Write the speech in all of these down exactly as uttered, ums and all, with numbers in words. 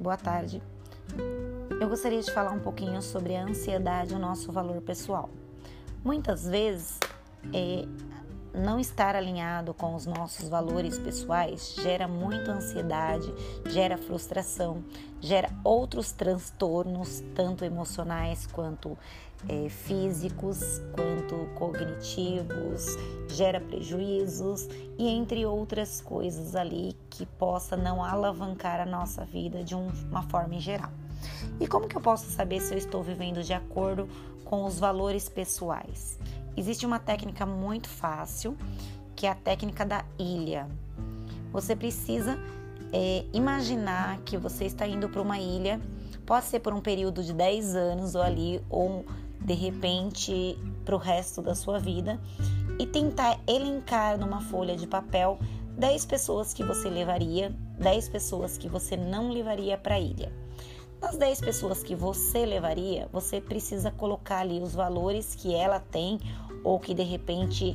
boa tarde. Eu gostaria de falar um pouquinho sobre a ansiedade e o nosso valor pessoal. Muitas vezes, é, não estar alinhado com os nossos valores pessoais gera muita ansiedade, gera frustração, gera outros transtornos, tanto emocionais quanto é, físicos, quanto cognitivos, gera prejuízos e entre outras coisas ali que possa não alavancar a nossa vida de uma forma em geral. E como que eu posso saber se eu estou vivendo de acordo com os valores pessoais? Existe uma técnica muito fácil, que é a técnica da ilha. Você precisa é, imaginar que você está indo para uma ilha, pode ser por um período de dez anos ou ali, ou de repente para o resto da sua vida, e tentar elencar numa folha de papel dez pessoas que você levaria, dez pessoas que você não levaria para a ilha. Das dez pessoas que você levaria, você precisa colocar ali os valores que ela tem ou que de repente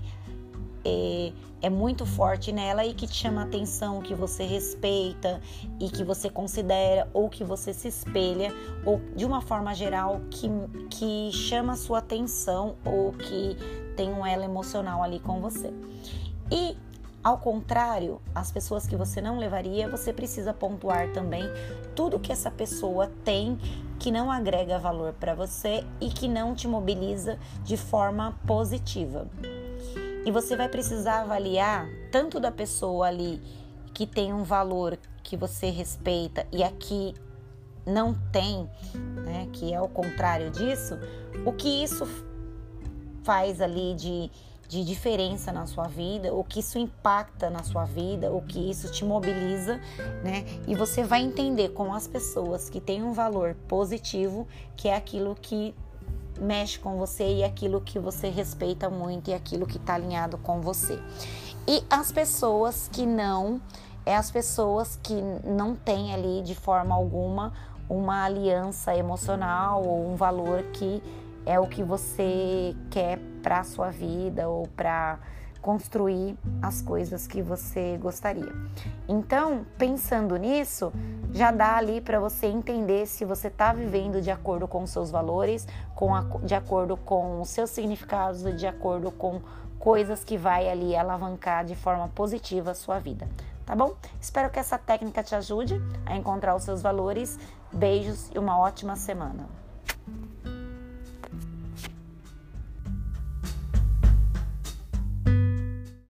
é, é muito forte nela e que te chama a atenção, que você respeita e que você considera ou que você se espelha ou de uma forma geral que, que chama a sua atenção ou que tem um elo emocional ali com você. E ao contrário, as pessoas que você não levaria, você precisa pontuar também tudo que essa pessoa tem que não agrega valor para você e que não te mobiliza de forma positiva. E você vai precisar avaliar tanto da pessoa ali que tem um valor que você respeita e aqui não tem, né, que é o contrário disso, o que isso faz ali de de diferença na sua vida, o que isso impacta na sua vida, o que isso te mobiliza, né? E você vai entender com as pessoas que têm um valor positivo, que é aquilo que mexe com você e aquilo que você respeita muito e aquilo que está alinhado com você. E as pessoas que não, é as pessoas que não têm ali de forma alguma uma aliança emocional ou um valor que é o que você quer para a sua vida ou para construir as coisas que você gostaria. Então, pensando nisso, já dá ali para você entender se você está vivendo de acordo com os seus valores, com a, de acordo com os seus significados, de acordo com coisas que vai ali alavancar de forma positiva a sua vida. Tá bom? Espero que essa técnica te ajude a encontrar os seus valores. Beijos e uma ótima semana.